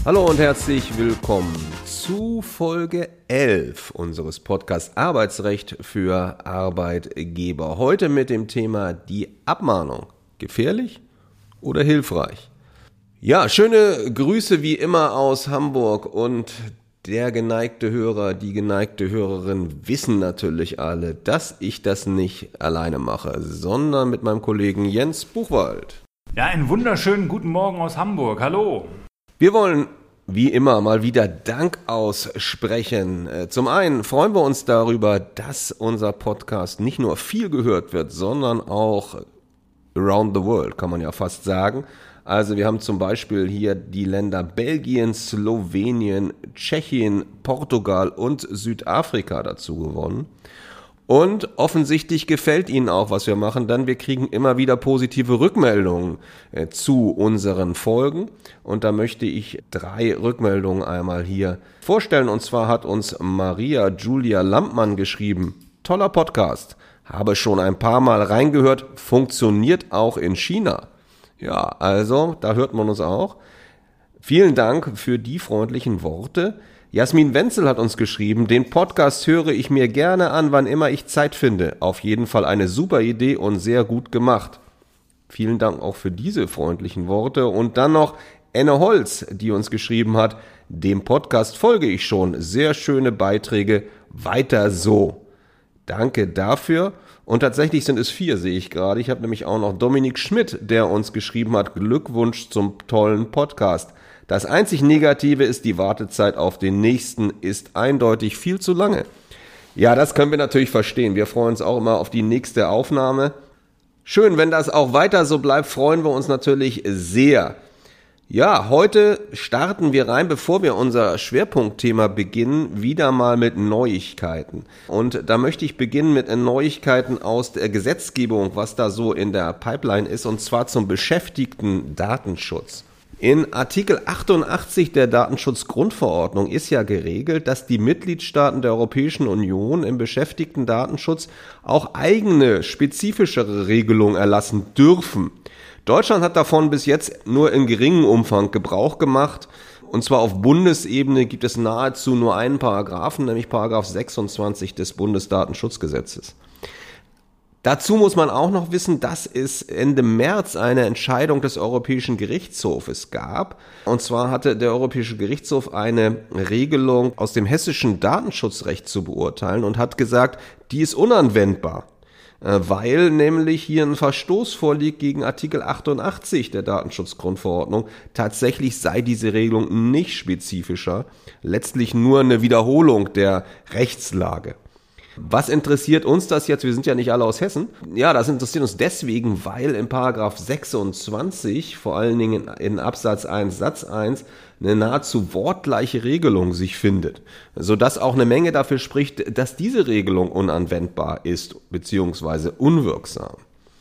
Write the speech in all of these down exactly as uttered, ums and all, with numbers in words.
Hallo und herzlich willkommen zu Folge elf unseres Podcasts Arbeitsrecht für Arbeitgeber. Heute mit dem Thema die Abmahnung. Gefährlich oder hilfreich? Ja, schöne Grüße wie immer aus Hamburg und der geneigte Hörer, die geneigte Hörerin wissen natürlich alle, dass ich das nicht alleine mache, sondern mit meinem Kollegen Jens Buchwald. Ja, einen wunderschönen guten Morgen aus Hamburg. Hallo. Wir wollen wie immer mal wieder Dank aussprechen. Zum einen freuen wir uns darüber, dass unser Podcast nicht nur viel gehört wird, sondern auch around the world, kann man ja fast sagen. Also wir haben zum Beispiel hier die Länder Belgien, Slowenien, Tschechien, Portugal und Südafrika dazu gewonnen. Und offensichtlich gefällt Ihnen auch, was wir machen, denn wir kriegen immer wieder positive Rückmeldungen äh, zu unseren Folgen. Und da möchte ich drei Rückmeldungen einmal hier vorstellen. Und zwar hat uns Maria Julia Lampmann geschrieben: Toller Podcast, habe schon ein paar Mal reingehört, funktioniert auch in China. Ja, also da hört man uns auch. Vielen Dank für die freundlichen Worte. Jasmin Wenzel hat uns geschrieben: Den Podcast höre ich mir gerne an, wann immer ich Zeit finde. Auf jeden Fall eine super Idee und sehr gut gemacht. Vielen Dank auch für diese freundlichen Worte. Und dann noch Enne Holz, die uns geschrieben hat: Dem Podcast folge ich schon. Sehr schöne Beiträge. Weiter so. Danke dafür. Und tatsächlich sind es vier, sehe ich gerade. Ich habe nämlich auch noch Dominik Schmidt, der uns geschrieben hat: Glückwunsch zum tollen Podcast. Das einzig Negative ist, die Wartezeit auf den nächsten ist eindeutig viel zu lange. Ja, das können wir natürlich verstehen. Wir freuen uns auch immer auf die nächste Aufnahme. Schön, wenn das auch weiter so bleibt, freuen wir uns natürlich sehr. Ja, heute starten wir rein, bevor wir unser Schwerpunktthema beginnen, wieder mal mit Neuigkeiten. Und da möchte ich beginnen mit Neuigkeiten aus der Gesetzgebung, was da so in der Pipeline ist, und zwar zum Beschäftigten-Datenschutz. In Artikel achtundachtzig der Datenschutzgrundverordnung ist ja geregelt, dass die Mitgliedstaaten der Europäischen Union im Beschäftigten-Datenschutz auch eigene, spezifischere Regelungen erlassen dürfen. Deutschland hat davon bis jetzt nur in geringem Umfang Gebrauch gemacht. Und zwar auf Bundesebene gibt es nahezu nur einen Paragraphen, nämlich Paragraph sechsundzwanzig des Bundesdatenschutzgesetzes. Dazu muss man auch noch wissen, dass es Ende März eine Entscheidung des Europäischen Gerichtshofes gab. Und zwar hatte der Europäische Gerichtshof eine Regelung aus dem hessischen Datenschutzrecht zu beurteilen und hat gesagt, die ist unanwendbar, weil nämlich hier ein Verstoß vorliegt gegen Artikel achtundachtzig der Datenschutzgrundverordnung. Tatsächlich sei diese Regelung nicht spezifischer, letztlich nur eine Wiederholung der Rechtslage. Was interessiert uns das jetzt? Wir sind ja nicht alle aus Hessen. Ja, das interessiert uns deswegen, weil in Paragraph sechsundzwanzig, vor allen Dingen in Absatz eins Satz eins, eine nahezu wortgleiche Regelung sich findet, sodass auch eine Menge dafür spricht, dass diese Regelung unanwendbar ist bzw. unwirksam.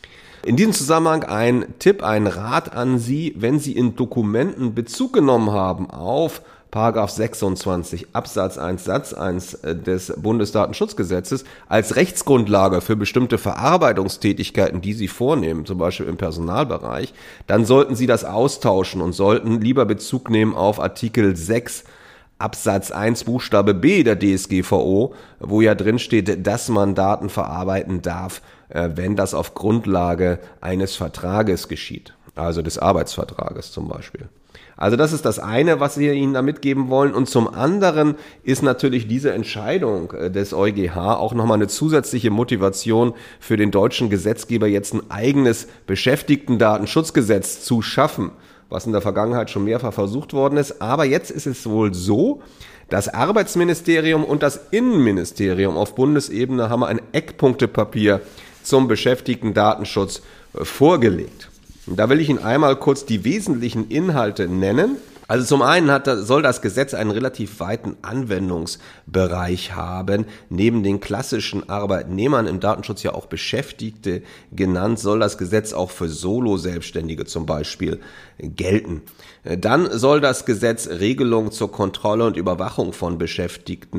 In diesem Zusammenhang ein Tipp, ein Rat an Sie: Wenn Sie in Dokumenten Bezug genommen haben auf Paragraph sechsundzwanzig Absatz eins Satz eins des Bundesdatenschutzgesetzes als Rechtsgrundlage für bestimmte Verarbeitungstätigkeiten, die Sie vornehmen, zum Beispiel im Personalbereich, dann sollten Sie das austauschen und sollten lieber Bezug nehmen auf Artikel sechs Absatz eins Buchstabe B der D S G V O, wo ja drin steht, dass man Daten verarbeiten darf, wenn das auf Grundlage eines Vertrages geschieht, also des Arbeitsvertrages zum Beispiel. Also das ist das eine, was wir Ihnen da mitgeben wollen. Und zum anderen ist natürlich diese Entscheidung des EuGH auch nochmal eine zusätzliche Motivation für den deutschen Gesetzgeber, jetzt ein eigenes Beschäftigtendatenschutzgesetz zu schaffen, was in der Vergangenheit schon mehrfach versucht worden ist. Aber jetzt ist es wohl so, das Arbeitsministerium und das Innenministerium auf Bundesebene haben ein Eckpunktepapier zum Beschäftigtendatenschutz vorgelegt. Da will ich Ihnen einmal kurz die wesentlichen Inhalte nennen. Also zum einen hat, soll das Gesetz einen relativ weiten Anwendungsbereich haben. Neben den klassischen Arbeitnehmern im Datenschutz ja auch Beschäftigte genannt, soll das Gesetz auch für Solo-Selbstständige zum Beispiel gelten. Dann soll das Gesetz Regelungen zur Kontrolle und Überwachung von Beschäftigten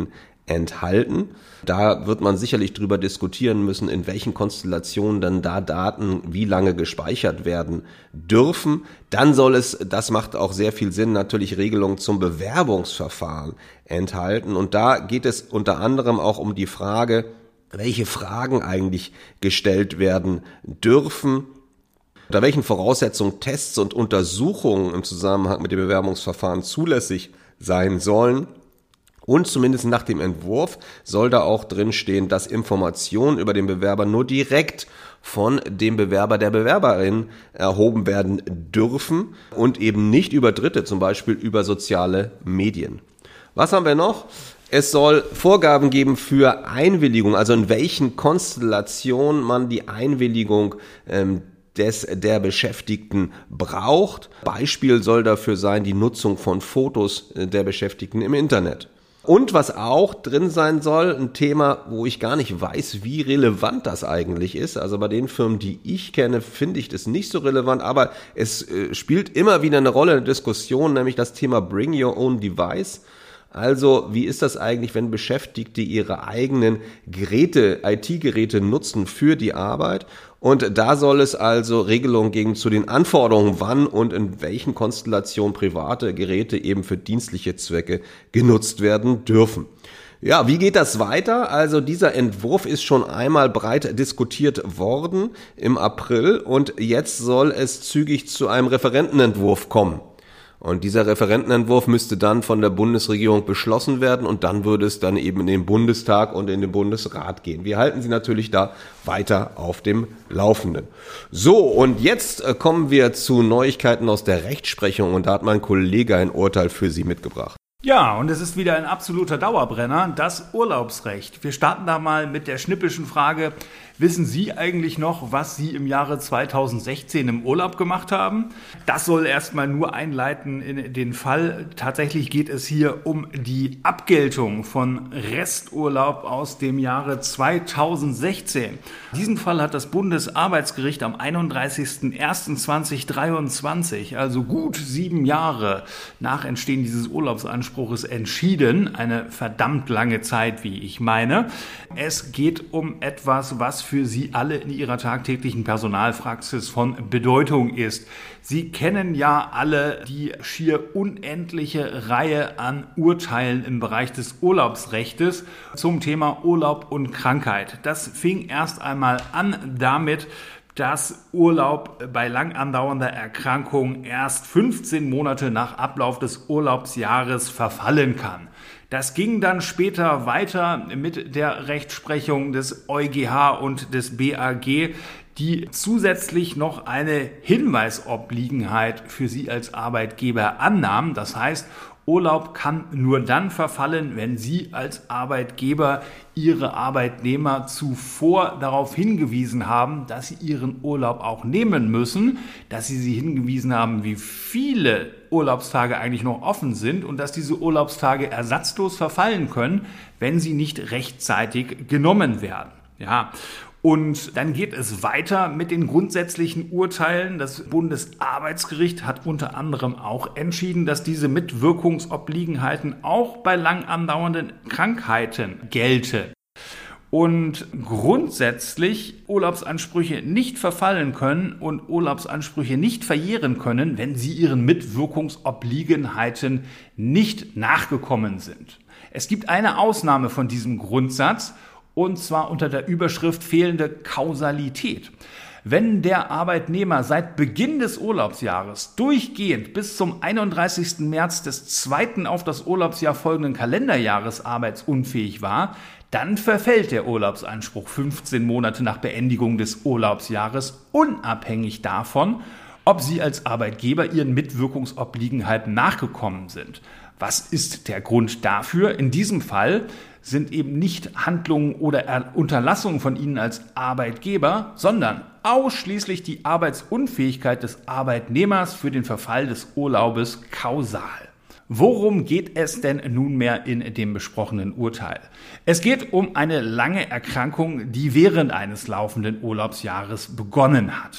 enthalten. Da wird man sicherlich drüber diskutieren müssen, in welchen Konstellationen dann da Daten wie lange gespeichert werden dürfen. Dann soll es, das macht auch sehr viel Sinn, natürlich Regelungen zum Bewerbungsverfahren enthalten. Und da geht es unter anderem auch um die Frage, welche Fragen eigentlich gestellt werden dürfen, unter welchen Voraussetzungen Tests und Untersuchungen im Zusammenhang mit dem Bewerbungsverfahren zulässig sein sollen. Und zumindest nach dem Entwurf soll da auch drinstehen, dass Informationen über den Bewerber nur direkt von dem Bewerber, der Bewerberin erhoben werden dürfen und eben nicht über Dritte, zum Beispiel über soziale Medien. Was haben wir noch? Es soll Vorgaben geben für Einwilligung, also in welchen Konstellationen man die Einwilligung ähm, des der Beschäftigten braucht. Beispiel soll dafür sein die Nutzung von Fotos der Beschäftigten im Internet. Und was auch drin sein soll, ein Thema, wo ich gar nicht weiß, wie relevant das eigentlich ist. Also bei den Firmen, die ich kenne, finde ich das nicht so relevant, aber es äh, spielt immer wieder eine Rolle in der Diskussion, nämlich das Thema Bring Your Own Device. Also wie ist das eigentlich, wenn Beschäftigte ihre eigenen Geräte, I T-Geräte nutzen für die Arbeit? Und da soll es also Regelungen geben zu den Anforderungen, wann und in welchen Konstellationen private Geräte eben für dienstliche Zwecke genutzt werden dürfen. Ja, wie geht das weiter? Also dieser Entwurf ist schon einmal breit diskutiert worden im April und jetzt soll es zügig zu einem Referentenentwurf kommen. Und dieser Referentenentwurf müsste dann von der Bundesregierung beschlossen werden und dann würde es dann eben in den Bundestag und in den Bundesrat gehen. Wir halten Sie natürlich da weiter auf dem Laufenden. So, und jetzt kommen wir zu Neuigkeiten aus der Rechtsprechung und da hat mein Kollege ein Urteil für Sie mitgebracht. Ja, und es ist wieder ein absoluter Dauerbrenner, das Urlaubsrecht. Wir starten da mal mit der schnippischen Frage, wissen Sie eigentlich noch, was Sie im Jahre zweitausendsechzehn im Urlaub gemacht haben? Das soll erstmal nur einleiten in den Fall. Tatsächlich geht es hier um die Abgeltung von Resturlaub aus dem Jahre zweitausendsechzehn. Diesen Fall hat das Bundesarbeitsgericht am einunddreißigsten ersten zweitausenddreiundzwanzig, also gut sieben Jahre nach Entstehen dieses Urlaubsanspruches, entschieden. Eine verdammt lange Zeit, wie ich meine. Es geht um etwas, was für Sie alle in Ihrer tagtäglichen Personalpraxis von Bedeutung ist. Sie kennen ja alle die schier unendliche Reihe an Urteilen im Bereich des Urlaubsrechtes zum Thema Urlaub und Krankheit. Das fing erst einmal an damit, dass Urlaub bei lang andauernder Erkrankung erst fünfzehn Monate nach Ablauf des Urlaubsjahres verfallen kann. Das ging dann später weiter mit der Rechtsprechung des EuGH und des B A G, die zusätzlich noch eine Hinweisobliegenheit für Sie als Arbeitgeber annahmen. Das heißt, Urlaub kann nur dann verfallen, wenn Sie als Arbeitgeber Ihre Arbeitnehmer zuvor darauf hingewiesen haben, dass sie ihren Urlaub auch nehmen müssen, dass Sie sie hingewiesen haben, wie viele Urlaubstage eigentlich noch offen sind und dass diese Urlaubstage ersatzlos verfallen können, wenn sie nicht rechtzeitig genommen werden. Ja. Und dann geht es weiter mit den grundsätzlichen Urteilen. Das Bundesarbeitsgericht hat unter anderem auch entschieden, dass diese Mitwirkungsobliegenheiten auch bei lang andauernden Krankheiten gelten. Und grundsätzlich Urlaubsansprüche nicht verfallen können und Urlaubsansprüche nicht verjähren können, wenn sie ihren Mitwirkungsobliegenheiten nicht nachgekommen sind. Es gibt eine Ausnahme von diesem Grundsatz, und zwar unter der Überschrift fehlende Kausalität. Wenn der Arbeitnehmer seit Beginn des Urlaubsjahres durchgehend bis zum einunddreißigsten März des zweiten auf das Urlaubsjahr folgenden Kalenderjahres arbeitsunfähig war, dann verfällt der Urlaubsanspruch fünfzehn Monate nach Beendigung des Urlaubsjahres, unabhängig davon, ob Sie als Arbeitgeber Ihren Mitwirkungsobliegenheiten nachgekommen sind. Was ist der Grund dafür? In diesem Fall sind eben nicht Handlungen oder Unterlassungen von Ihnen als Arbeitgeber, sondern ausschließlich die Arbeitsunfähigkeit des Arbeitnehmers für den Verfall des Urlaubes kausal. Worum geht es denn nunmehr in dem besprochenen Urteil? Es geht um eine lange Erkrankung, die während eines laufenden Urlaubsjahres begonnen hat.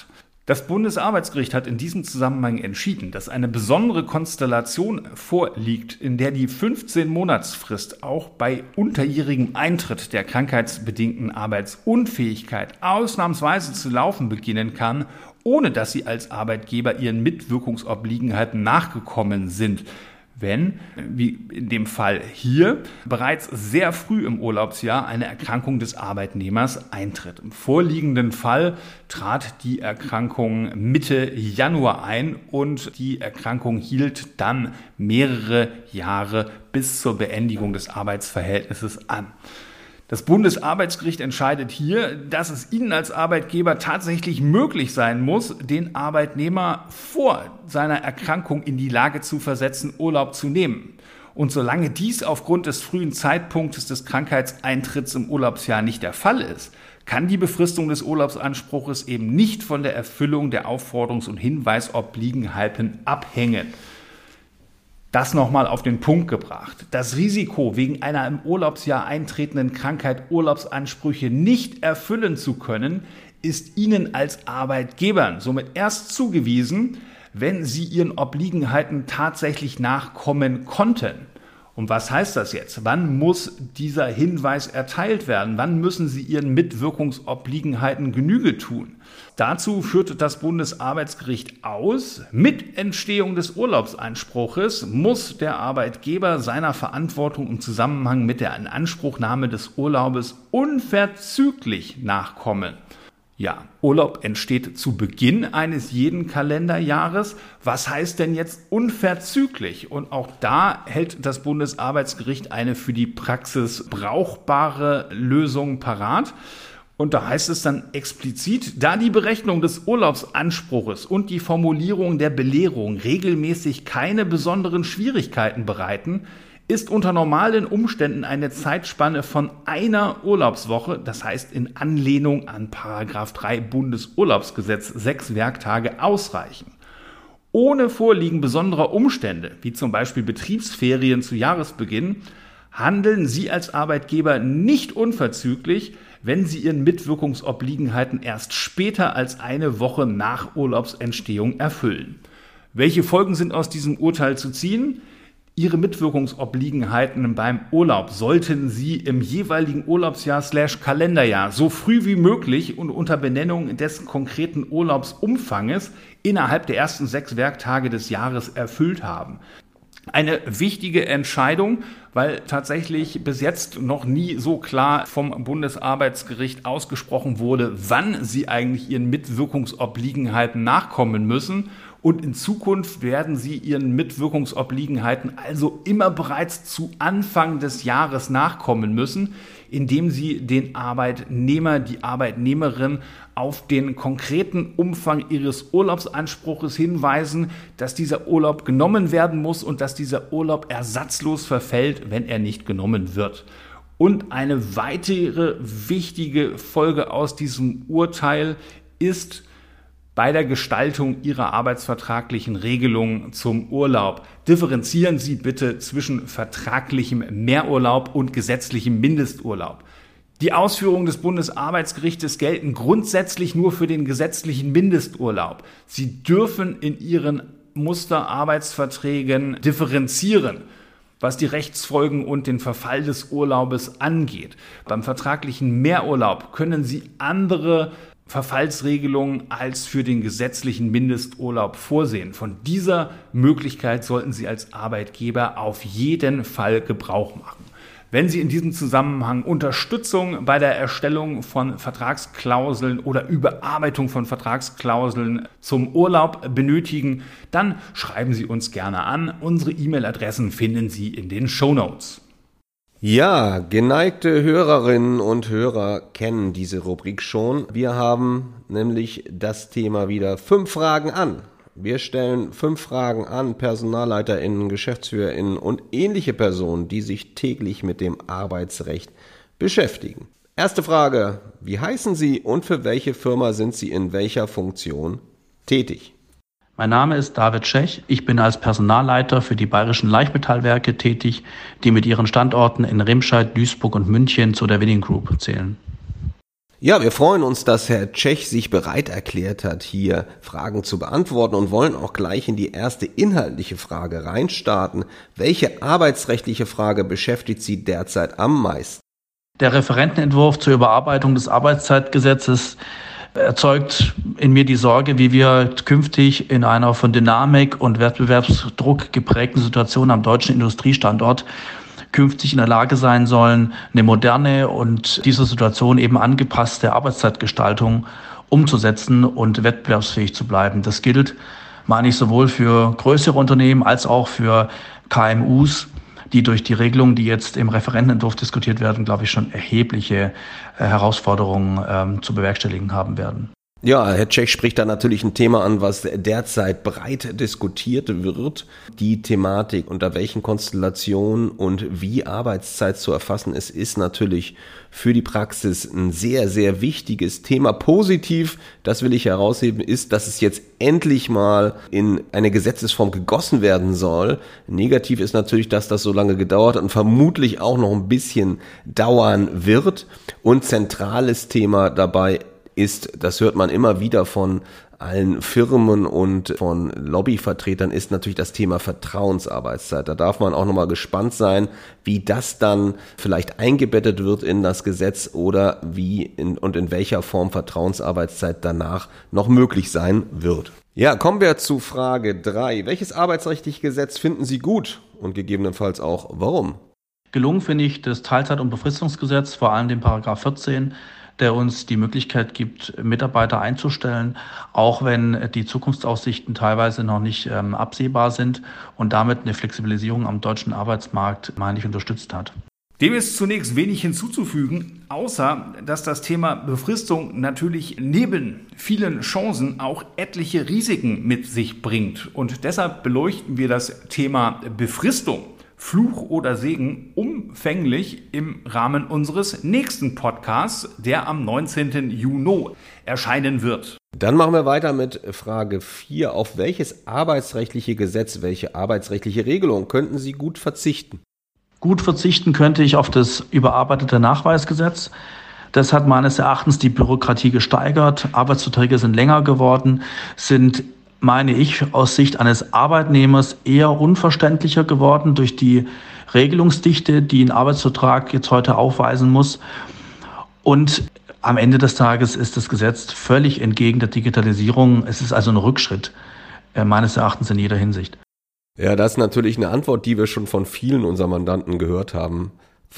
Das Bundesarbeitsgericht hat in diesem Zusammenhang entschieden, dass eine besondere Konstellation vorliegt, in der die fünfzehn-Monatsfrist auch bei unterjährigem Eintritt der krankheitsbedingten Arbeitsunfähigkeit ausnahmsweise zu laufen beginnen kann, ohne dass Sie als Arbeitgeber Ihren Mitwirkungsobliegenheiten nachgekommen sind. Wenn, wie in dem Fall hier, bereits sehr früh im Urlaubsjahr eine Erkrankung des Arbeitnehmers eintritt. Im vorliegenden Fall trat die Erkrankung Mitte Januar ein und die Erkrankung hielt dann mehrere Jahre bis zur Beendigung des Arbeitsverhältnisses an. Das Bundesarbeitsgericht entscheidet hier, dass es Ihnen als Arbeitgeber tatsächlich möglich sein muss, den Arbeitnehmer vor seiner Erkrankung in die Lage zu versetzen, Urlaub zu nehmen. Und solange dies aufgrund des frühen Zeitpunktes des Krankheitseintritts im Urlaubsjahr nicht der Fall ist, kann die Befristung des Urlaubsanspruches eben nicht von der Erfüllung der Aufforderungs- und Hinweisobliegenheiten abhängen. Das nochmal auf den Punkt gebracht. Das Risiko, wegen einer im Urlaubsjahr eintretenden Krankheit Urlaubsansprüche nicht erfüllen zu können, ist Ihnen als Arbeitgebern somit erst zugewiesen, wenn Sie Ihren Obliegenheiten tatsächlich nachkommen konnten. Und was heißt das jetzt? Wann muss dieser Hinweis erteilt werden? Wann müssen Sie Ihren Mitwirkungsobliegenheiten Genüge tun? Dazu führte das Bundesarbeitsgericht aus, mit Entstehung des Urlaubsanspruches muss der Arbeitgeber seiner Verantwortung im Zusammenhang mit der Inanspruchnahme des Urlaubes unverzüglich nachkommen. Ja, Urlaub entsteht zu Beginn eines jeden Kalenderjahres. Was heißt denn jetzt unverzüglich? Und auch da hält das Bundesarbeitsgericht eine für die Praxis brauchbare Lösung parat. Und da heißt es dann explizit, da die Berechnung des Urlaubsanspruches und die Formulierung der Belehrung regelmäßig keine besonderen Schwierigkeiten bereiten, ist unter normalen Umständen eine Zeitspanne von einer Urlaubswoche, das heißt in Anlehnung an Paragraph drei Bundesurlaubsgesetz, sechs Werktage ausreichen. Ohne Vorliegen besonderer Umstände, wie zum Beispiel Betriebsferien zu Jahresbeginn, handeln Sie als Arbeitgeber nicht unverzüglich, wenn Sie Ihren Mitwirkungsobliegenheiten erst später als eine Woche nach Urlaubsentstehung erfüllen. Welche Folgen sind aus diesem Urteil zu ziehen? Ihre Mitwirkungsobliegenheiten beim Urlaub sollten Sie im jeweiligen Urlaubsjahr slash Kalenderjahr so früh wie möglich und unter Benennung des konkreten Urlaubsumfanges innerhalb der ersten sechs Werktage des Jahres erfüllt haben. Eine wichtige Entscheidung, weil tatsächlich bis jetzt noch nie so klar vom Bundesarbeitsgericht ausgesprochen wurde, wann Sie eigentlich Ihren Mitwirkungsobliegenheiten nachkommen müssen. Und in Zukunft werden Sie Ihren Mitwirkungsobliegenheiten also immer bereits zu Anfang des Jahres nachkommen müssen, indem Sie den Arbeitnehmer, die Arbeitnehmerin auf den konkreten Umfang Ihres Urlaubsanspruches hinweisen, dass dieser Urlaub genommen werden muss und dass dieser Urlaub ersatzlos verfällt, wenn er nicht genommen wird. Und eine weitere wichtige Folge aus diesem Urteil ist, bei der Gestaltung Ihrer arbeitsvertraglichen Regelungen zum Urlaub differenzieren Sie bitte zwischen vertraglichem Mehrurlaub und gesetzlichem Mindesturlaub. Die Ausführungen des Bundesarbeitsgerichtes gelten grundsätzlich nur für den gesetzlichen Mindesturlaub. Sie dürfen in Ihren Musterarbeitsverträgen differenzieren, was die Rechtsfolgen und den Verfall des Urlaubes angeht. Beim vertraglichen Mehrurlaub können Sie andere Verfallsregelungen als für den gesetzlichen Mindesturlaub vorsehen. Von dieser Möglichkeit sollten Sie als Arbeitgeber auf jeden Fall Gebrauch machen. Wenn Sie in diesem Zusammenhang Unterstützung bei der Erstellung von Vertragsklauseln oder Überarbeitung von Vertragsklauseln zum Urlaub benötigen, dann schreiben Sie uns gerne an. Unsere E-Mail-Adressen finden Sie in den Shownotes. Ja, geneigte Hörerinnen und Hörer kennen diese Rubrik schon. Wir haben nämlich das Thema wieder fünf Fragen an. Wir stellen fünf Fragen an PersonalleiterInnen, GeschäftsführerInnen und ähnliche Personen, die sich täglich mit dem Arbeitsrecht beschäftigen. Erste Frage: Wie heißen Sie und für welche Firma sind Sie in welcher Funktion tätig? Mein Name ist David Schech. Ich bin als Personalleiter für die Bayerischen Leichtmetallwerke tätig, die mit ihren Standorten in Remscheid, Duisburg und München zu der Winning Group zählen. Ja, wir freuen uns, dass Herr Tschech sich bereit erklärt hat, hier Fragen zu beantworten und wollen auch gleich in die erste inhaltliche Frage reinstarten. Welche arbeitsrechtliche Frage beschäftigt Sie derzeit am meisten? Der Referentenentwurf zur Überarbeitung des Arbeitszeitgesetzes erzeugt in mir die Sorge, wie wir künftig in einer von Dynamik und Wettbewerbsdruck geprägten Situation am deutschen Industriestandort künftig in der Lage sein sollen, eine moderne und dieser Situation eben angepasste Arbeitszeitgestaltung umzusetzen und wettbewerbsfähig zu bleiben. Das gilt, meine ich, sowohl für größere Unternehmen als auch für K M Us, die durch die Regelungen, die jetzt im Referentenentwurf diskutiert werden, glaube ich, schon erhebliche äh, Herausforderungen ähm, zu bewerkstelligen haben werden. Ja, Herr Tschech spricht da natürlich ein Thema an, was derzeit breit diskutiert wird. Die Thematik, unter welchen Konstellationen und wie Arbeitszeit zu erfassen ist, ist natürlich für die Praxis ein sehr, sehr wichtiges Thema. Positiv, das will ich herausheben, ist, dass es jetzt endlich mal in eine Gesetzesform gegossen werden soll. Negativ ist natürlich, dass das so lange gedauert hat und vermutlich auch noch ein bisschen dauern wird. Und zentrales Thema dabei ist, das hört man immer wieder von allen Firmen und von Lobbyvertretern, ist natürlich das Thema Vertrauensarbeitszeit. Da darf man auch nochmal gespannt sein, wie das dann vielleicht eingebettet wird in das Gesetz oder wie in, und in welcher Form Vertrauensarbeitszeit danach noch möglich sein wird. Ja, kommen wir zu Frage drei. Welches arbeitsrechtliche Gesetz finden Sie gut und gegebenenfalls auch warum? Gelungen finde ich das Teilzeit- und Befristungsgesetz, vor allem den Paragraph vierzehn, der uns die Möglichkeit gibt, Mitarbeiter einzustellen, auch wenn die Zukunftsaussichten teilweise noch nicht ähm, absehbar sind und damit eine Flexibilisierung am deutschen Arbeitsmarkt, meine ich, unterstützt hat. Dem ist zunächst wenig hinzuzufügen, außer dass das Thema Befristung natürlich neben vielen Chancen auch etliche Risiken mit sich bringt. Und deshalb beleuchten wir das Thema Befristung, Fluch oder Segen, umfänglich im Rahmen unseres nächsten Podcasts, der am neunzehnten Juni erscheinen wird. Dann machen wir weiter mit Frage vier. Auf welches arbeitsrechtliche Gesetz, welche arbeitsrechtliche Regelung könnten Sie gut verzichten? Gut verzichten könnte ich auf das überarbeitete Nachweisgesetz. Das hat meines Erachtens die Bürokratie gesteigert. Arbeitsverträge sind länger geworden, sind, meine ich, aus Sicht eines Arbeitnehmers eher unverständlicher geworden durch die Regelungsdichte, die ein Arbeitsvertrag jetzt heute aufweisen muss. Und am Ende des Tages ist das Gesetz völlig entgegen der Digitalisierung. Es ist also ein Rückschritt, äh, meines Erachtens in jeder Hinsicht. Ja, das ist natürlich eine Antwort, die wir schon von vielen unserer Mandanten gehört haben.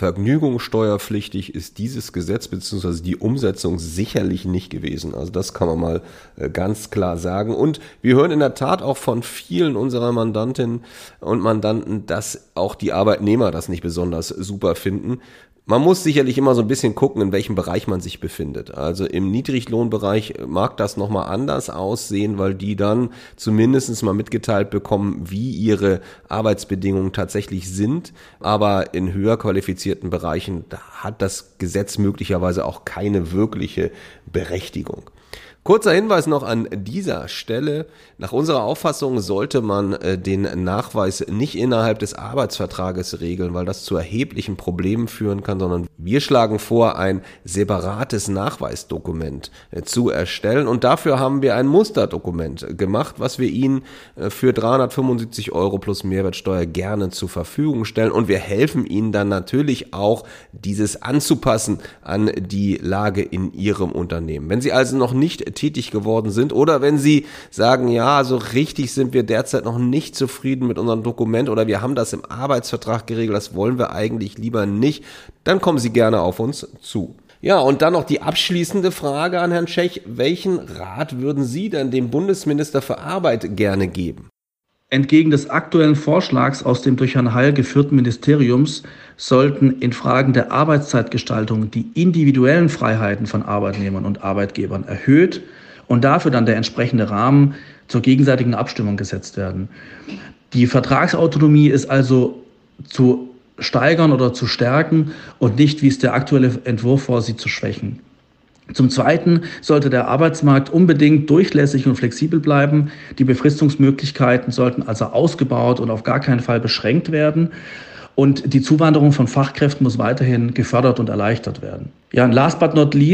Vergnügungssteuerpflichtig ist dieses Gesetz bzw. die Umsetzung sicherlich nicht gewesen. Also das kann man mal ganz klar sagen. Und wir hören in der Tat auch von vielen unserer Mandantinnen und Mandanten, dass auch die Arbeitnehmer das nicht besonders super finden. Man muss sicherlich immer so ein bisschen gucken, in welchem Bereich man sich befindet. Also im Niedriglohnbereich mag das nochmal anders aussehen, weil die dann zumindest mal mitgeteilt bekommen, wie ihre Arbeitsbedingungen tatsächlich sind. Aber in höher qualifizierten Bereichen da hat das Gesetz möglicherweise auch keine wirkliche Berechtigung. Kurzer Hinweis noch an dieser Stelle. Nach unserer Auffassung sollte man äh, den Nachweis nicht innerhalb des Arbeitsvertrages regeln, weil das zu erheblichen Problemen führen kann, sondern wir schlagen vor, ein separates Nachweisdokument äh, zu erstellen. Und dafür haben wir ein Musterdokument gemacht, was wir Ihnen äh, für dreihundertfünfundsiebzig Euro plus Mehrwertsteuer gerne zur Verfügung stellen. Und wir helfen Ihnen dann natürlich auch, dieses anzupassen an die Lage in Ihrem Unternehmen. Wenn Sie also noch nicht tätig geworden sind oder wenn Sie sagen, ja, so richtig sind wir derzeit noch nicht zufrieden mit unserem Dokument oder wir haben das im Arbeitsvertrag geregelt, das wollen wir eigentlich lieber nicht, dann kommen Sie gerne auf uns zu. Ja, und dann noch die abschließende Frage an Herrn Tschech. Welchen Rat würden Sie denn dem Bundesminister für Arbeit gerne geben? Entgegen des aktuellen Vorschlags aus dem durch Herrn Heil geführten Ministeriums sollten in Fragen der Arbeitszeitgestaltung die individuellen Freiheiten von Arbeitnehmern und Arbeitgebern erhöht und dafür dann der entsprechende Rahmen zur gegenseitigen Abstimmung gesetzt werden. Die Vertragsautonomie ist also zu steigern oder zu stärken und nicht, wie es der aktuelle Entwurf vorsieht, zu schwächen. Zum Zweiten sollte der Arbeitsmarkt unbedingt durchlässig und flexibel bleiben. Die Befristungsmöglichkeiten sollten also ausgebaut und auf gar keinen Fall beschränkt werden. Und die Zuwanderung von Fachkräften muss weiterhin gefördert und erleichtert werden. Ja, und last but not least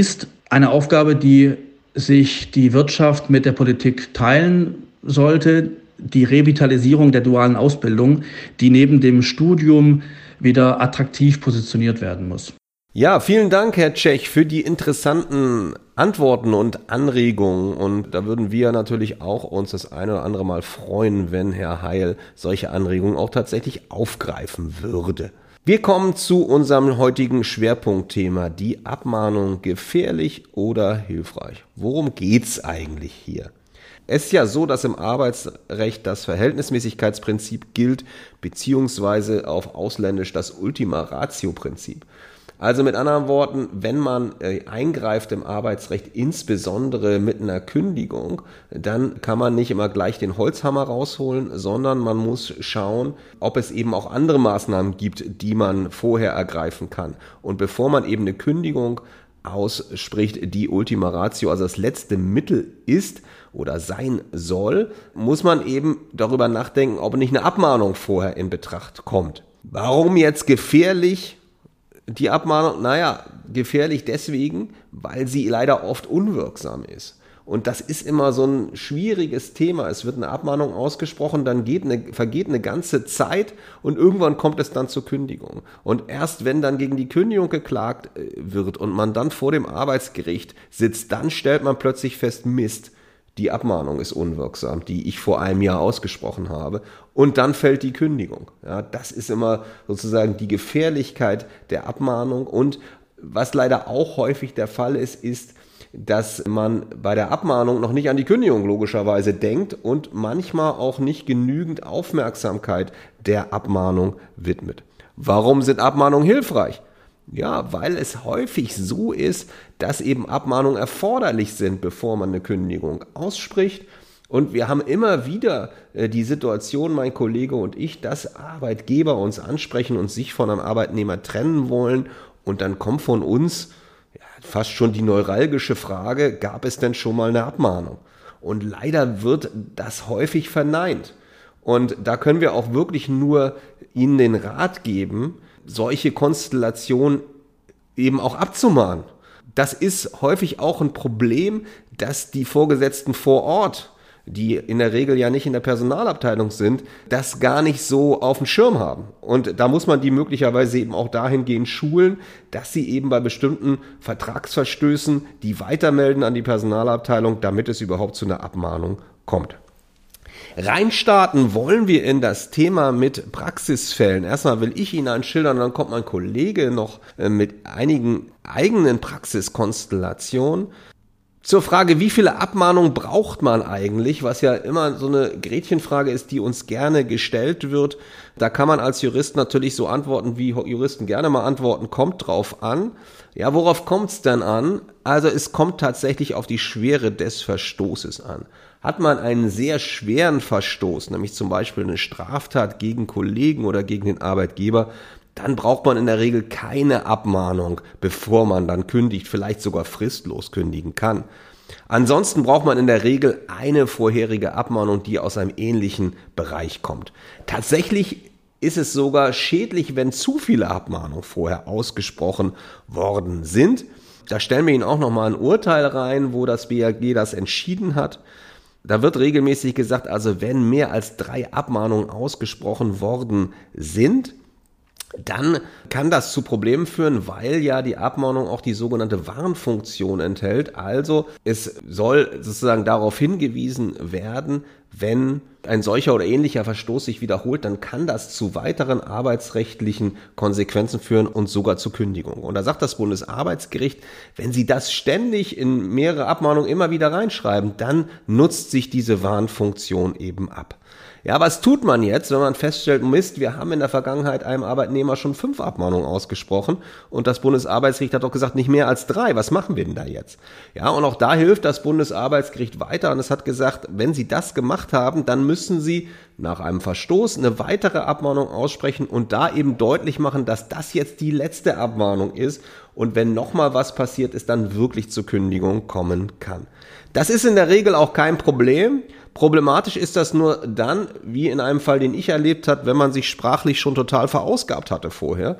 eine Aufgabe, die sich die Wirtschaft mit der Politik teilen sollte, die Revitalisierung der dualen Ausbildung, die neben dem Studium wieder attraktiv positioniert werden muss. Ja, vielen Dank, Herr Tschech, für die interessanten Antworten und Anregungen. Und da würden wir natürlich auch uns das eine oder andere Mal freuen, wenn Herr Heil solche Anregungen auch tatsächlich aufgreifen würde. Wir kommen zu unserem heutigen Schwerpunktthema, die Abmahnung, gefährlich oder hilfreich. Worum geht's eigentlich hier? Es ist ja so, dass im Arbeitsrecht das Verhältnismäßigkeitsprinzip gilt, beziehungsweise auf Ausländisch das Ultima Ratio-Prinzip. Also mit anderen Worten, wenn man eingreift im Arbeitsrecht, insbesondere mit einer Kündigung, dann kann man nicht immer gleich den Holzhammer rausholen, sondern man muss schauen, ob es eben auch andere Maßnahmen gibt, die man vorher ergreifen kann. Und bevor man eben eine Kündigung ausspricht, die Ultima Ratio, also das letzte Mittel ist oder sein soll, muss man eben darüber nachdenken, ob nicht eine Abmahnung vorher in Betracht kommt. Warum jetzt gefährlich? Die Abmahnung, naja, gefährlich deswegen, weil sie leider oft unwirksam ist. Und das ist immer so ein schwieriges Thema. Es wird eine Abmahnung ausgesprochen, dann geht eine, vergeht eine ganze Zeit und irgendwann kommt es dann zur Kündigung. Und erst wenn dann gegen die Kündigung geklagt wird und man dann vor dem Arbeitsgericht sitzt, dann stellt man plötzlich fest, Mist, die Abmahnung ist unwirksam, die ich vor einem Jahr ausgesprochen habe. Und dann fällt die Kündigung. Ja, das ist immer sozusagen die Gefährlichkeit der Abmahnung. Und was leider auch häufig der Fall ist, ist, dass man bei der Abmahnung noch nicht an die Kündigung logischerweise denkt und manchmal auch nicht genügend Aufmerksamkeit der Abmahnung widmet. Warum sind Abmahnungen hilfreich? Ja, weil es häufig so ist, dass eben Abmahnungen erforderlich sind, bevor man eine Kündigung ausspricht. Und wir haben immer wieder äh, die Situation, mein Kollege und ich, dass Arbeitgeber uns ansprechen und sich von einem Arbeitnehmer trennen wollen. Und dann kommt von uns ja, fast schon die neuralgische Frage, gab es denn schon mal eine Abmahnung? Und leider wird das häufig verneint. Und da können wir auch wirklich nur Ihnen den Rat geben, solche Konstellationen eben auch abzumahnen. Das ist häufig auch ein Problem, dass die Vorgesetzten vor Ort, die in der Regel ja nicht in der Personalabteilung sind, das gar nicht so auf dem Schirm haben. Und da muss man die möglicherweise eben auch dahingehend schulen, dass sie eben bei bestimmten Vertragsverstößen die weitermelden an die Personalabteilung, damit es überhaupt zu einer Abmahnung kommt. Reinstarten wollen wir in das Thema mit Praxisfällen. Erstmal will ich Ihnen einen schildern, dann kommt mein Kollege noch mit einigen eigenen Praxiskonstellationen. Zur Frage, wie viele Abmahnungen braucht man eigentlich, was ja immer so eine Gretchenfrage ist, die uns gerne gestellt wird. Da kann man als Jurist natürlich so antworten, wie Juristen gerne mal antworten, kommt drauf an. Ja, worauf kommt es denn an? Also es kommt tatsächlich auf die Schwere des Verstoßes an. Hat man einen sehr schweren Verstoß, nämlich zum Beispiel eine Straftat gegen Kollegen oder gegen den Arbeitgeber, dann braucht man in der Regel keine Abmahnung, bevor man dann kündigt, vielleicht sogar fristlos kündigen kann. Ansonsten braucht man in der Regel eine vorherige Abmahnung, die aus einem ähnlichen Bereich kommt. Tatsächlich ist es sogar schädlich, wenn zu viele Abmahnungen vorher ausgesprochen worden sind. Da stellen wir Ihnen auch nochmal ein Urteil rein, wo das B A G das entschieden hat. Da wird regelmäßig gesagt, also wenn mehr als drei Abmahnungen ausgesprochen worden sind, dann kann das zu Problemen führen, weil ja die Abmahnung auch die sogenannte Warnfunktion enthält. Also es soll sozusagen darauf hingewiesen werden, wenn ein solcher oder ähnlicher Verstoß sich wiederholt, dann kann das zu weiteren arbeitsrechtlichen Konsequenzen führen und sogar zur Kündigung. Und da sagt das Bundesarbeitsgericht, wenn Sie das ständig in mehrere Abmahnungen immer wieder reinschreiben, dann nutzt sich diese Warnfunktion eben ab. Ja, was tut man jetzt, wenn man feststellt, Mist, wir haben in der Vergangenheit einem Arbeitnehmer schon fünf Abmahnungen ausgesprochen und das Bundesarbeitsgericht hat doch gesagt, nicht mehr als drei. Was machen wir denn da jetzt? Ja, und auch da hilft das Bundesarbeitsgericht weiter und es hat gesagt, wenn Sie das gemacht haben, dann müssen Sie nach einem Verstoß eine weitere Abmahnung aussprechen und da eben deutlich machen, dass das jetzt die letzte Abmahnung ist und wenn nochmal was passiert ist, dann wirklich zur Kündigung kommen kann. Das ist in der Regel auch kein Problem. Problematisch ist das nur dann, wie in einem Fall, den ich erlebt habe, wenn man sich sprachlich schon total verausgabt hatte vorher.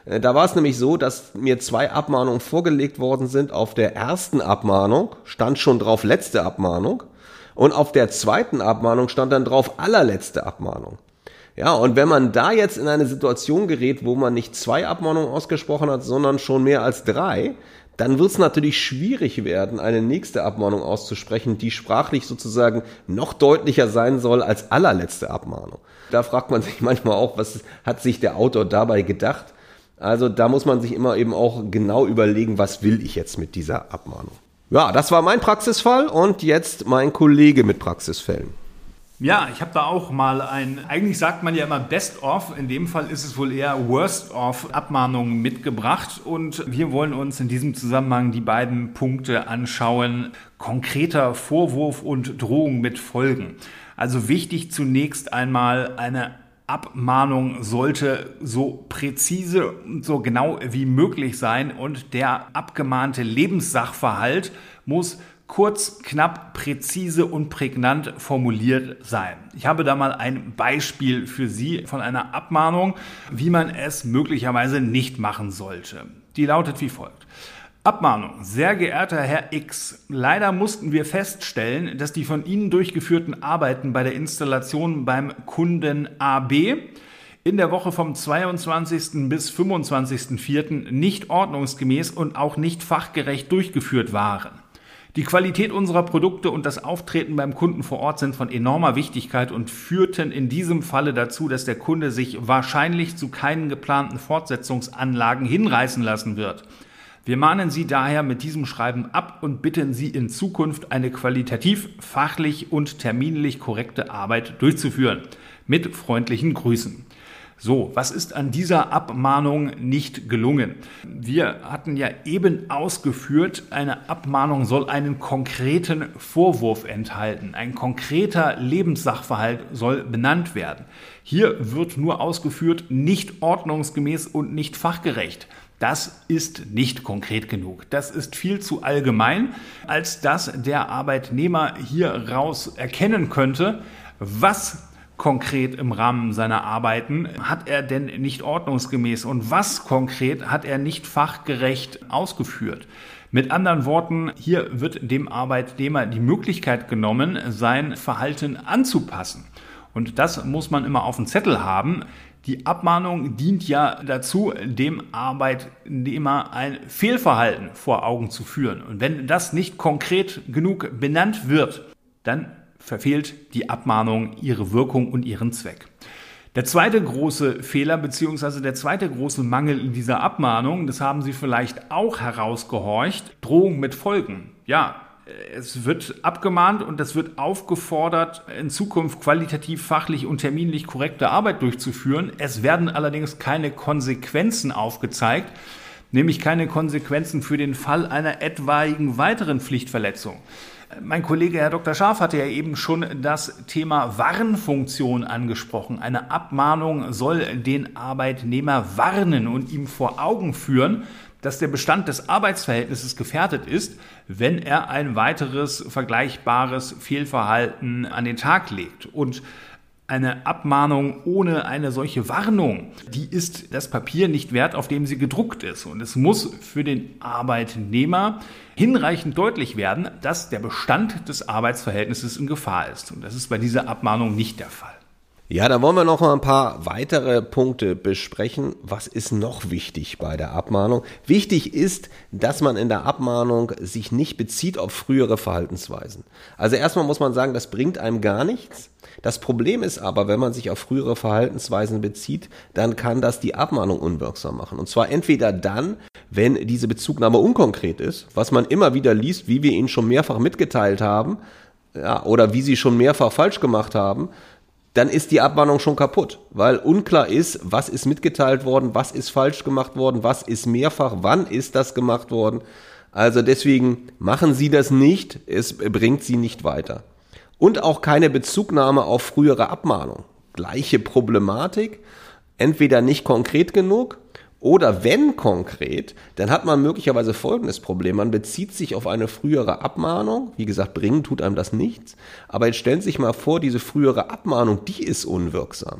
Da war es nämlich so, dass mir zwei Abmahnungen vorgelegt worden sind. Auf der ersten Abmahnung stand schon drauf letzte Abmahnung und auf der zweiten Abmahnung stand dann drauf allerletzte Abmahnung. Ja, und wenn man da jetzt in eine Situation gerät, wo man nicht zwei Abmahnungen ausgesprochen hat, sondern schon mehr als drei, dann wird es natürlich schwierig werden, eine nächste Abmahnung auszusprechen, die sprachlich sozusagen noch deutlicher sein soll als allerletzte Abmahnung. Da fragt man sich manchmal auch, was hat sich der Autor dabei gedacht? Also da muss man sich immer eben auch genau überlegen, was will ich jetzt mit dieser Abmahnung. Ja, das war mein Praxisfall und jetzt mein Kollege mit Praxisfällen. Ja, ich habe da auch mal ein, eigentlich sagt man ja immer Best-of, in dem Fall ist es wohl eher Worst-of Abmahnungen mitgebracht und wir wollen uns in diesem Zusammenhang die beiden Punkte anschauen, konkreter Vorwurf und Drohung mit Folgen. Also wichtig zunächst einmal, eine Abmahnung sollte so präzise und so genau wie möglich sein und der abgemahnte Lebenssachverhalt muss kurz, knapp, präzise und prägnant formuliert sein. Ich habe da mal ein Beispiel für Sie von einer Abmahnung, wie man es möglicherweise nicht machen sollte. Die lautet wie folgt. Abmahnung. Sehr geehrter Herr X, leider mussten wir feststellen, dass die von Ihnen durchgeführten Arbeiten bei der Installation beim Kunden A B in der Woche vom zweiundzwanzigsten bis fünfundzwanzigsten vierten nicht ordnungsgemäß und auch nicht fachgerecht durchgeführt waren. Die Qualität unserer Produkte und das Auftreten beim Kunden vor Ort sind von enormer Wichtigkeit und führten in diesem Falle dazu, dass der Kunde sich wahrscheinlich zu keinen geplanten Fortsetzungsanlagen hinreißen lassen wird. Wir mahnen Sie daher mit diesem Schreiben ab und bitten Sie in Zukunft eine qualitativ, fachlich und terminlich korrekte Arbeit durchzuführen. Mit freundlichen Grüßen. So, was ist an dieser Abmahnung nicht gelungen? Wir hatten ja eben ausgeführt, eine Abmahnung soll einen konkreten Vorwurf enthalten. Ein konkreter Lebenssachverhalt soll benannt werden. Hier wird nur ausgeführt, nicht ordnungsgemäß und nicht fachgerecht. Das ist nicht konkret genug. Das ist viel zu allgemein, als dass der Arbeitnehmer hieraus erkennen könnte, was konkret im Rahmen seiner Arbeiten hat er denn nicht ordnungsgemäß und was konkret hat er nicht fachgerecht ausgeführt. Mit anderen Worten, hier wird dem Arbeitnehmer die Möglichkeit genommen, sein Verhalten anzupassen. Und das muss man immer auf dem Zettel haben. Die Abmahnung dient ja dazu, dem Arbeitnehmer ein Fehlverhalten vor Augen zu führen. Und wenn das nicht konkret genug benannt wird, dann verfehlt die Abmahnung ihre Wirkung und ihren Zweck. Der zweite große Fehler bzw. der zweite große Mangel in dieser Abmahnung, das haben Sie vielleicht auch herausgehorcht, Drohung mit Folgen. Ja, es wird abgemahnt und es wird aufgefordert, in Zukunft qualitativ, fachlich und terminlich korrekte Arbeit durchzuführen. Es werden allerdings keine Konsequenzen aufgezeigt, nämlich keine Konsequenzen für den Fall einer etwaigen weiteren Pflichtverletzung. Mein Kollege Herr Doktor Scharf hatte ja eben schon das Thema Warnfunktion angesprochen. Eine Abmahnung soll den Arbeitnehmer warnen und ihm vor Augen führen, dass der Bestand des Arbeitsverhältnisses gefährdet ist, wenn er ein weiteres vergleichbares Fehlverhalten an den Tag legt. Und eine Abmahnung ohne eine solche Warnung, die ist das Papier nicht wert, auf dem sie gedruckt ist. Und es muss für den Arbeitnehmer hinreichend deutlich werden, dass der Bestand des Arbeitsverhältnisses in Gefahr ist. Und das ist bei dieser Abmahnung nicht der Fall. Ja, da wollen wir noch mal ein paar weitere Punkte besprechen. Was ist noch wichtig bei der Abmahnung? Wichtig ist, dass man in der Abmahnung sich nicht bezieht auf frühere Verhaltensweisen. Also erstmal muss man sagen, das bringt einem gar nichts. Das Problem ist aber, wenn man sich auf frühere Verhaltensweisen bezieht, dann kann das die Abmahnung unwirksam machen. Und zwar entweder dann, wenn diese Bezugnahme unkonkret ist, was man immer wieder liest, wie wir Ihnen schon mehrfach mitgeteilt haben, ja, oder wie Sie schon mehrfach falsch gemacht haben, dann ist die Abmahnung schon kaputt, weil unklar ist, was ist mitgeteilt worden, was ist falsch gemacht worden, was ist mehrfach, wann ist das gemacht worden. Also deswegen machen Sie das nicht, es bringt Sie nicht weiter. Und auch keine Bezugnahme auf frühere Abmahnung. Gleiche Problematik, entweder nicht konkret genug oder wenn konkret, dann hat man möglicherweise folgendes Problem. Man bezieht sich auf eine frühere Abmahnung. Wie gesagt, bringen tut einem das nichts. Aber jetzt stellen Sie sich mal vor, diese frühere Abmahnung, die ist unwirksam.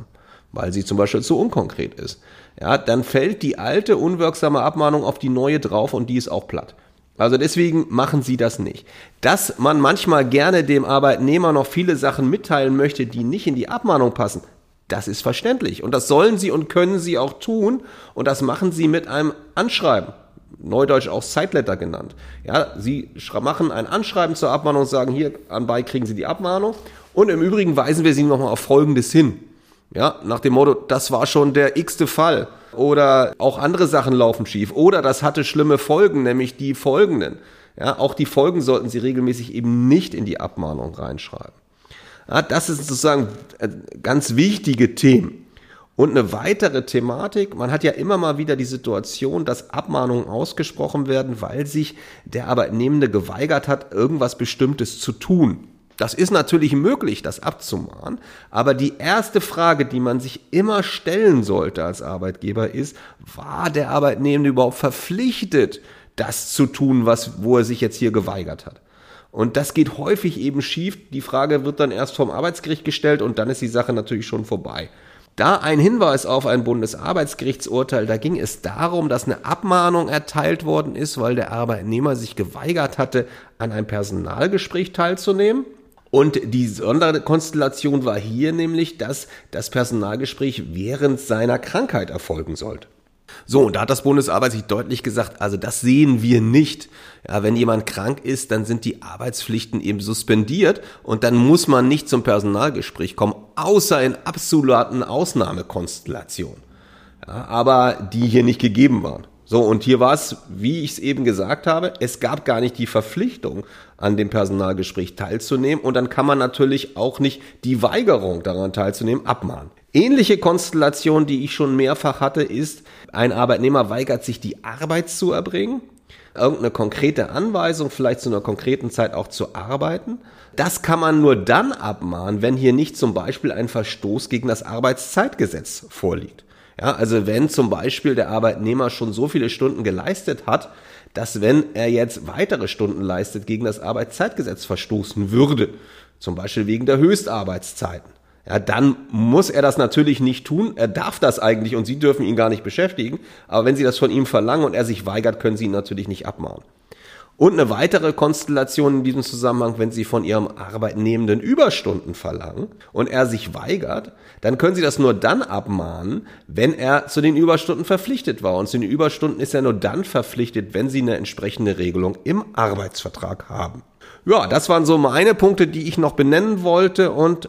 weil sie zum Beispiel zu unkonkret ist, ja, dann fällt die alte unwirksame Abmahnung auf die neue drauf und die ist auch platt. Also deswegen machen Sie das nicht. Dass man manchmal gerne dem Arbeitnehmer noch viele Sachen mitteilen möchte, die nicht in die Abmahnung passen, das ist verständlich. Und das sollen Sie und können Sie auch tun. Und das machen Sie mit einem Anschreiben. Neudeutsch auch Side-Letter genannt. Ja, Sie machen ein Anschreiben zur Abmahnung und sagen, hier anbei kriegen Sie die Abmahnung. Und im Übrigen weisen wir Sie nochmal auf Folgendes hin. Ja, nach dem Motto, das war schon der x-te Fall. Oder auch andere Sachen laufen schief. Oder das hatte schlimme Folgen, nämlich die folgenden. Ja, auch die Folgen sollten Sie regelmäßig eben nicht in die Abmahnung reinschreiben. Ja, das sind sozusagen ganz wichtige Themen. Und eine weitere Thematik, man hat ja immer mal wieder die Situation, dass Abmahnungen ausgesprochen werden, weil sich der Arbeitnehmende geweigert hat, irgendwas Bestimmtes zu tun. Das ist natürlich möglich, das abzumahnen, aber die erste Frage, die man sich immer stellen sollte als Arbeitgeber ist, war der Arbeitnehmende überhaupt verpflichtet, das zu tun, was, wo er sich jetzt hier geweigert hat? Und das geht häufig eben schief. Die Frage wird dann erst vom Arbeitsgericht gestellt und dann ist die Sache natürlich schon vorbei. Da ein Hinweis auf ein Bundesarbeitsgerichtsurteil, da ging es darum, dass eine Abmahnung erteilt worden ist, weil der Arbeitnehmer sich geweigert hatte, an einem Personalgespräch teilzunehmen. Und die Sonderkonstellation war hier nämlich, dass das Personalgespräch während seiner Krankheit erfolgen sollte. So, und da hat das Bundesarbeitsgericht deutlich gesagt, also das sehen wir nicht. Ja, wenn jemand krank ist, dann sind die Arbeitspflichten eben suspendiert und dann muss man nicht zum Personalgespräch kommen, außer in absoluten Ausnahmekonstellationen. Ja, aber die hier nicht gegeben waren. So, und hier war es, wie ich es eben gesagt habe, es gab gar nicht die Verpflichtung, an dem Personalgespräch teilzunehmen und dann kann man natürlich auch nicht die Weigerung daran teilzunehmen abmahnen. Ähnliche Konstellation, die ich schon mehrfach hatte, ist, ein Arbeitnehmer weigert sich, die Arbeit zu erbringen, irgendeine konkrete Anweisung, vielleicht zu einer konkreten Zeit auch zu arbeiten. Das kann man nur dann abmahnen, wenn hier nicht zum Beispiel ein Verstoß gegen das Arbeitszeitgesetz vorliegt. Ja, also wenn zum Beispiel der Arbeitnehmer schon so viele Stunden geleistet hat, dass wenn er jetzt weitere Stunden leistet, gegen das Arbeitszeitgesetz verstoßen würde, zum Beispiel wegen der Höchstarbeitszeiten, ja, dann muss er das natürlich nicht tun. Er darf das eigentlich und Sie dürfen ihn gar nicht beschäftigen. Aber wenn Sie das von ihm verlangen und er sich weigert, können Sie ihn natürlich nicht abmahnen. Und eine weitere Konstellation in diesem Zusammenhang, wenn Sie von Ihrem Arbeitnehmenden Überstunden verlangen und er sich weigert, dann können Sie das nur dann abmahnen, wenn er zu den Überstunden verpflichtet war. Und zu den Überstunden ist er nur dann verpflichtet, wenn Sie eine entsprechende Regelung im Arbeitsvertrag haben. Ja, das waren so meine Punkte, die ich noch benennen wollte, und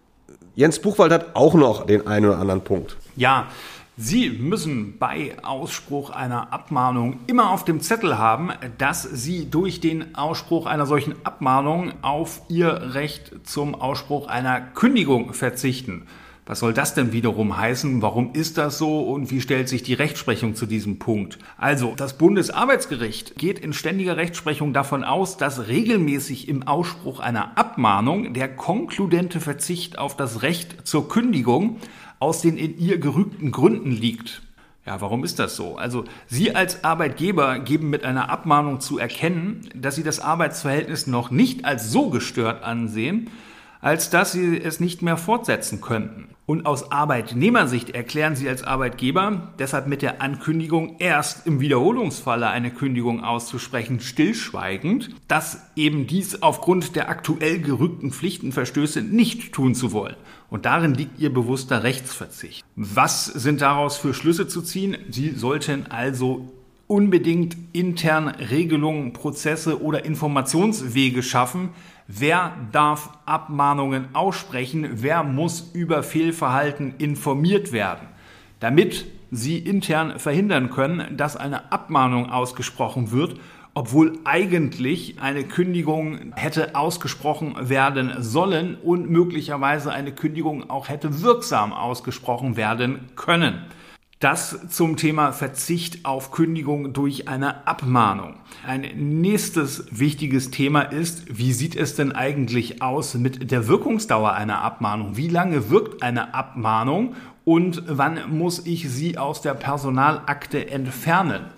Jens Buchwald hat auch noch den einen oder anderen Punkt. Ja, Sie müssen bei Ausspruch einer Abmahnung immer auf dem Zettel haben, dass Sie durch den Ausspruch einer solchen Abmahnung auf Ihr Recht zum Ausspruch einer Kündigung verzichten. Was soll das denn wiederum heißen? Warum ist das so und wie stellt sich die Rechtsprechung zu diesem Punkt? Also, das Bundesarbeitsgericht geht in ständiger Rechtsprechung davon aus, dass regelmäßig im Ausspruch einer Abmahnung der konkludente Verzicht auf das Recht zur Kündigung aus den in ihr gerügten Gründen liegt. Ja, warum ist das so? Also, Sie als Arbeitgeber geben mit einer Abmahnung zu erkennen, dass Sie das Arbeitsverhältnis noch nicht als so gestört ansehen, als dass Sie es nicht mehr fortsetzen könnten. Und aus Arbeitnehmersicht erklären Sie als Arbeitgeber, deshalb mit der Ankündigung erst im Wiederholungsfalle eine Kündigung auszusprechen, stillschweigend, dass eben dies aufgrund der aktuell gerügten Pflichtenverstöße nicht tun zu wollen. Und darin liegt Ihr bewusster Rechtsverzicht. Was sind daraus für Schlüsse zu ziehen? Sie sollten also unbedingt intern Regelungen, Prozesse oder Informationswege schaffen. Wer darf Abmahnungen aussprechen? Wer muss über Fehlverhalten informiert werden? Damit Sie intern verhindern können, dass eine Abmahnung ausgesprochen wird, obwohl eigentlich eine Kündigung hätte ausgesprochen werden sollen und möglicherweise eine Kündigung auch hätte wirksam ausgesprochen werden können. Das zum Thema Verzicht auf Kündigung durch eine Abmahnung. Ein nächstes wichtiges Thema ist, wie sieht es denn eigentlich aus mit der Wirkungsdauer einer Abmahnung? Wie lange wirkt eine Abmahnung und wann muss ich sie aus der Personalakte entfernen?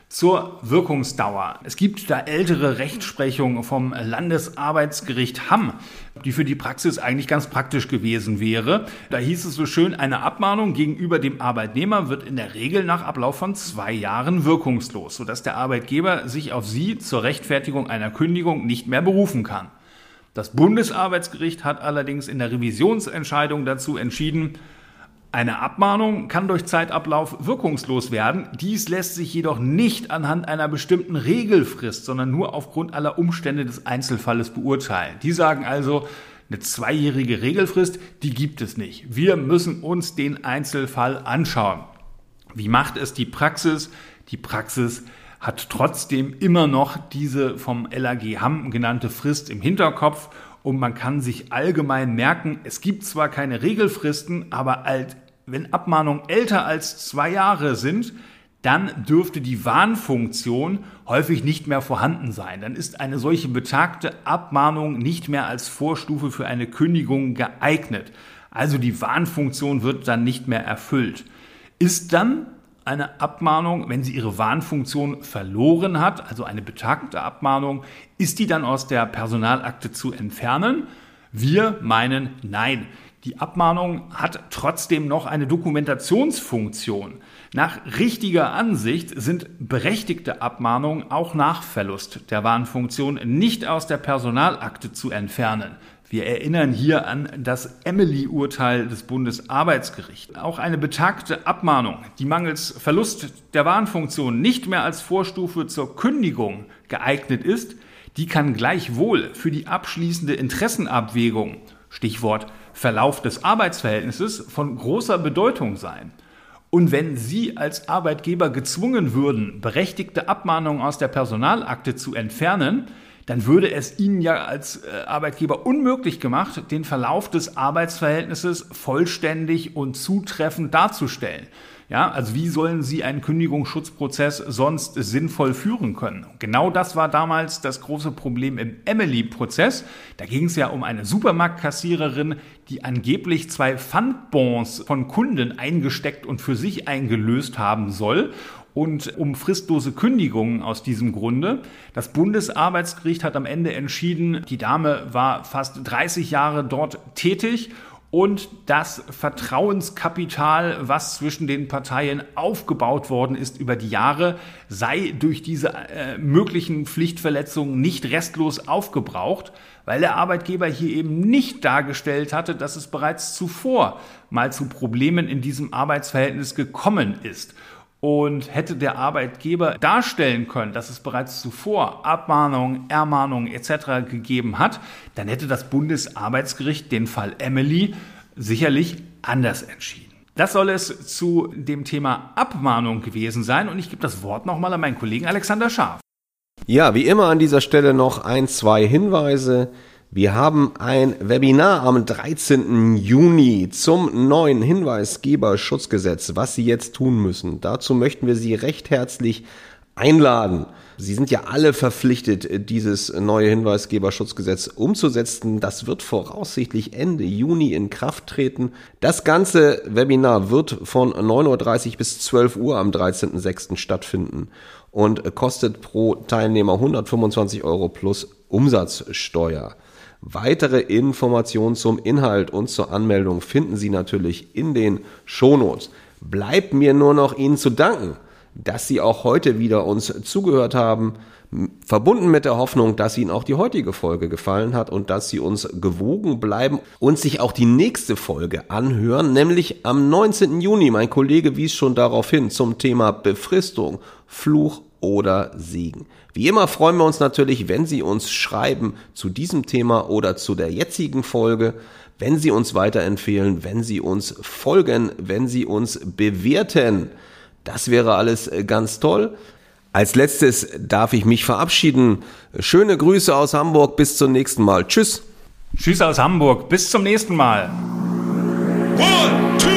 Zur Wirkungsdauer. Es gibt da ältere Rechtsprechung vom Landesarbeitsgericht Hamm, die für die Praxis eigentlich ganz praktisch gewesen wäre. Da hieß es so schön, eine Abmahnung gegenüber dem Arbeitnehmer wird in der Regel nach Ablauf von zwei Jahren wirkungslos, sodass der Arbeitgeber sich auf sie zur Rechtfertigung einer Kündigung nicht mehr berufen kann. Das Bundesarbeitsgericht hat allerdings in der Revisionsentscheidung dazu entschieden, eine Abmahnung kann durch Zeitablauf wirkungslos werden. Dies lässt sich jedoch nicht anhand einer bestimmten Regelfrist, sondern nur aufgrund aller Umstände des Einzelfalles beurteilen. Die sagen also, eine zweijährige Regelfrist, die gibt es nicht. Wir müssen uns den Einzelfall anschauen. Wie macht es die Praxis? Die Praxis hat trotzdem immer noch diese vom L A G Hamm genannte Frist im Hinterkopf. Und man kann sich allgemein merken, es gibt zwar keine Regelfristen, aber halt, wenn Abmahnungen älter als zwei Jahre sind, dann dürfte die Warnfunktion häufig nicht mehr vorhanden sein. Dann ist eine solche betagte Abmahnung nicht mehr als Vorstufe für eine Kündigung geeignet. Also die Warnfunktion wird dann nicht mehr erfüllt. Ist dann eine Abmahnung, wenn sie ihre Warnfunktion verloren hat, also eine betagte Abmahnung, ist die dann aus der Personalakte zu entfernen? Wir meinen nein. Die Abmahnung hat trotzdem noch eine Dokumentationsfunktion. Nach richtiger Ansicht sind berechtigte Abmahnungen auch nach Verlust der Warnfunktion nicht aus der Personalakte zu entfernen. Wir erinnern hier an das Emily-Urteil des Bundesarbeitsgerichts. Auch eine betagte Abmahnung, die mangels Verlust der Warnfunktion nicht mehr als Vorstufe zur Kündigung geeignet ist, die kann gleichwohl für die abschließende Interessenabwägung, Stichwort Verlauf des Arbeitsverhältnisses, von großer Bedeutung sein. Und wenn Sie als Arbeitgeber gezwungen würden, berechtigte Abmahnungen aus der Personalakte zu entfernen, dann würde es Ihnen ja als Arbeitgeber unmöglich gemacht, den Verlauf des Arbeitsverhältnisses vollständig und zutreffend darzustellen. Ja, also wie sollen Sie einen Kündigungsschutzprozess sonst sinnvoll führen können? Genau das war damals das große Problem im Emily-Prozess. Da ging es ja um eine Supermarktkassiererin, die angeblich zwei Pfandbons von Kunden eingesteckt und für sich eingelöst haben soll. Und um fristlose Kündigungen aus diesem Grunde. Das Bundesarbeitsgericht hat am Ende entschieden, die Dame war fast dreißig Jahre dort tätig und das Vertrauenskapital, was zwischen den Parteien aufgebaut worden ist über die Jahre, sei durch diese äh, möglichen Pflichtverletzungen nicht restlos aufgebraucht, weil der Arbeitgeber hier eben nicht dargestellt hatte, dass es bereits zuvor mal zu Problemen in diesem Arbeitsverhältnis gekommen ist. Und hätte der Arbeitgeber darstellen können, dass es bereits zuvor Abmahnungen, Ermahnungen et cetera gegeben hat, dann hätte das Bundesarbeitsgericht den Fall Emily sicherlich anders entschieden. Das soll es zu dem Thema Abmahnung gewesen sein und ich gebe das Wort nochmal an meinen Kollegen Alexander Scharf. Ja, wie immer an dieser Stelle noch ein, zwei Hinweise. Wir haben ein Webinar am dreizehnten Juni zum neuen Hinweisgeberschutzgesetz, was Sie jetzt tun müssen. Dazu möchten wir Sie recht herzlich einladen. Sie sind ja alle verpflichtet, dieses neue Hinweisgeberschutzgesetz umzusetzen. Das wird voraussichtlich Ende Juni in Kraft treten. Das ganze Webinar wird von neun Uhr dreißig bis zwölf Uhr am dreizehnten sechsten stattfinden und kostet pro Teilnehmer hundertfünfundzwanzig Euro plus Umsatzsteuer. Weitere Informationen zum Inhalt und zur Anmeldung finden Sie natürlich in den Shownotes. Bleibt mir nur noch Ihnen zu danken, dass Sie auch heute wieder uns zugehört haben, verbunden mit der Hoffnung, dass Ihnen auch die heutige Folge gefallen hat und dass Sie uns gewogen bleiben und sich auch die nächste Folge anhören, nämlich am neunzehnten Juni. Mein Kollege wies schon darauf hin zum Thema Befristung, Fluch oder Segen. Wie immer freuen wir uns natürlich, wenn Sie uns schreiben zu diesem Thema oder zu der jetzigen Folge, wenn Sie uns weiterempfehlen, wenn Sie uns folgen, wenn Sie uns bewerten. Das wäre alles ganz toll. Als letztes darf ich mich verabschieden. Schöne Grüße aus Hamburg, bis zum nächsten Mal. Tschüss. Tschüss aus Hamburg, bis zum nächsten Mal. One, two.